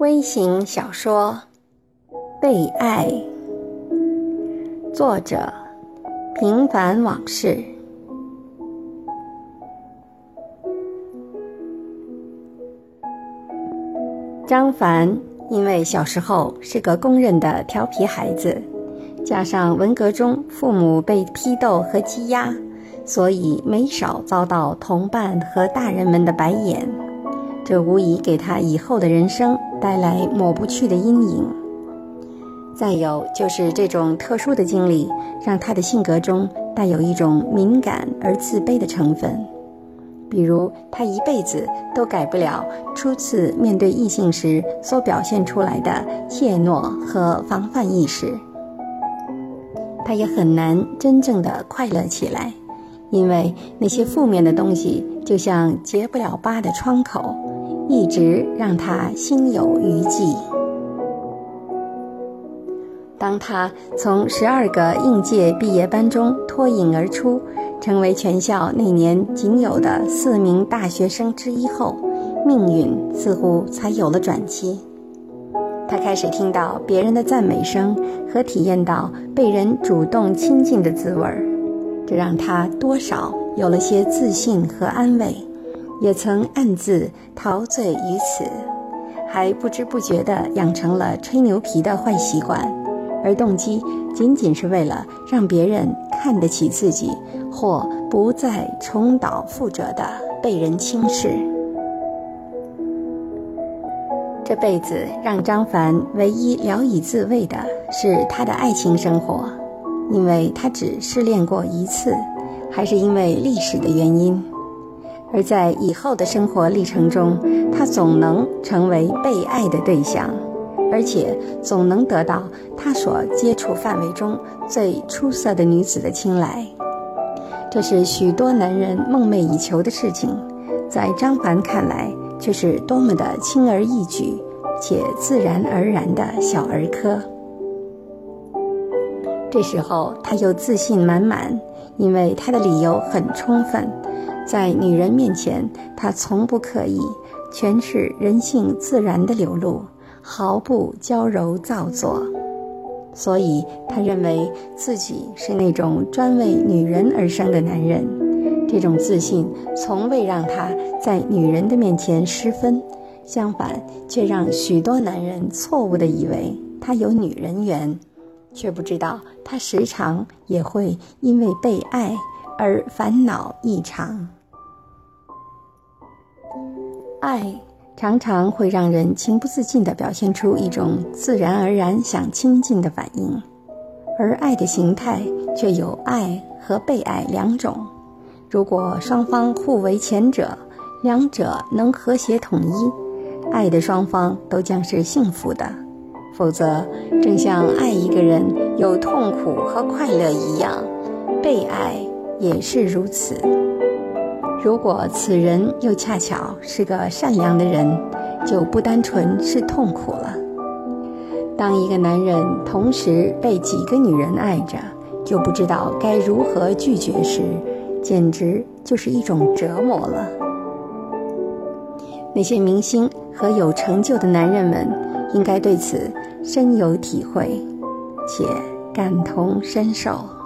微型小说《被爱》，作者平凡往事。张凡因为小时候是个公认的调皮孩子，加上文革中父母被批斗和羁押，所以没少遭到同伴和大人们的白眼，这无疑给他以后的人生带来抹不去的阴影。再有就是这种特殊的经历让他的性格中带有一种敏感而自卑的成分，比如他一辈子都改不了初次面对异性时所表现出来的怯懦和防范意识。他也很难真正的快乐起来，因为那些负面的东西就像结不了疤的窗口，一直让他心有余悸。当他从12个应届毕业班中脱颖而出，成为全校那年仅有的4名大学生之一后，命运似乎才有了转机。他开始听到别人的赞美声和体验到被人主动亲近的滋味，这让他多少有了些自信和安慰，也曾暗自陶醉于此，还不知不觉地养成了吹牛皮的坏习惯，而动机仅仅是为了让别人看得起自己，或不再重蹈覆辙地被人轻视。这辈子让张凡唯一聊以自慰的是他的爱情生活，因为他只失恋过一次，还是因为历史的原因。而在以后的生活历程中，他总能成为被爱的对象，而且总能得到他所接触范围中最出色的女子的青睐。这是许多男人梦寐以求的事情，在张凡看来却是多么的轻而易举且自然而然的小儿科。这时候他又自信满满，因为他的理由很充分，在女人面前他从不刻意，全是人性自然的流露，毫不娇柔造作。所以他认为自己是那种专为女人而生的男人，这种自信从未让他在女人的面前失分，相反却让许多男人错误地以为他有女人缘，却不知道他时常也会因为被爱而烦恼异常。爱常常会让人情不自禁地表现出一种自然而然想亲近的反应，而爱的形态却有爱和被爱两种。如果双方互为前者，两者能和谐统一，爱的双方都将是幸福的。否则，正像爱一个人有痛苦和快乐一样，被爱也是如此。如果此人又恰巧是个善良的人，就不单纯是痛苦了。当一个男人同时被几个女人爱着，就不知道该如何拒绝时，简直就是一种折磨了。那些明星和有成就的男人们应该对此深有体会，且感同身受。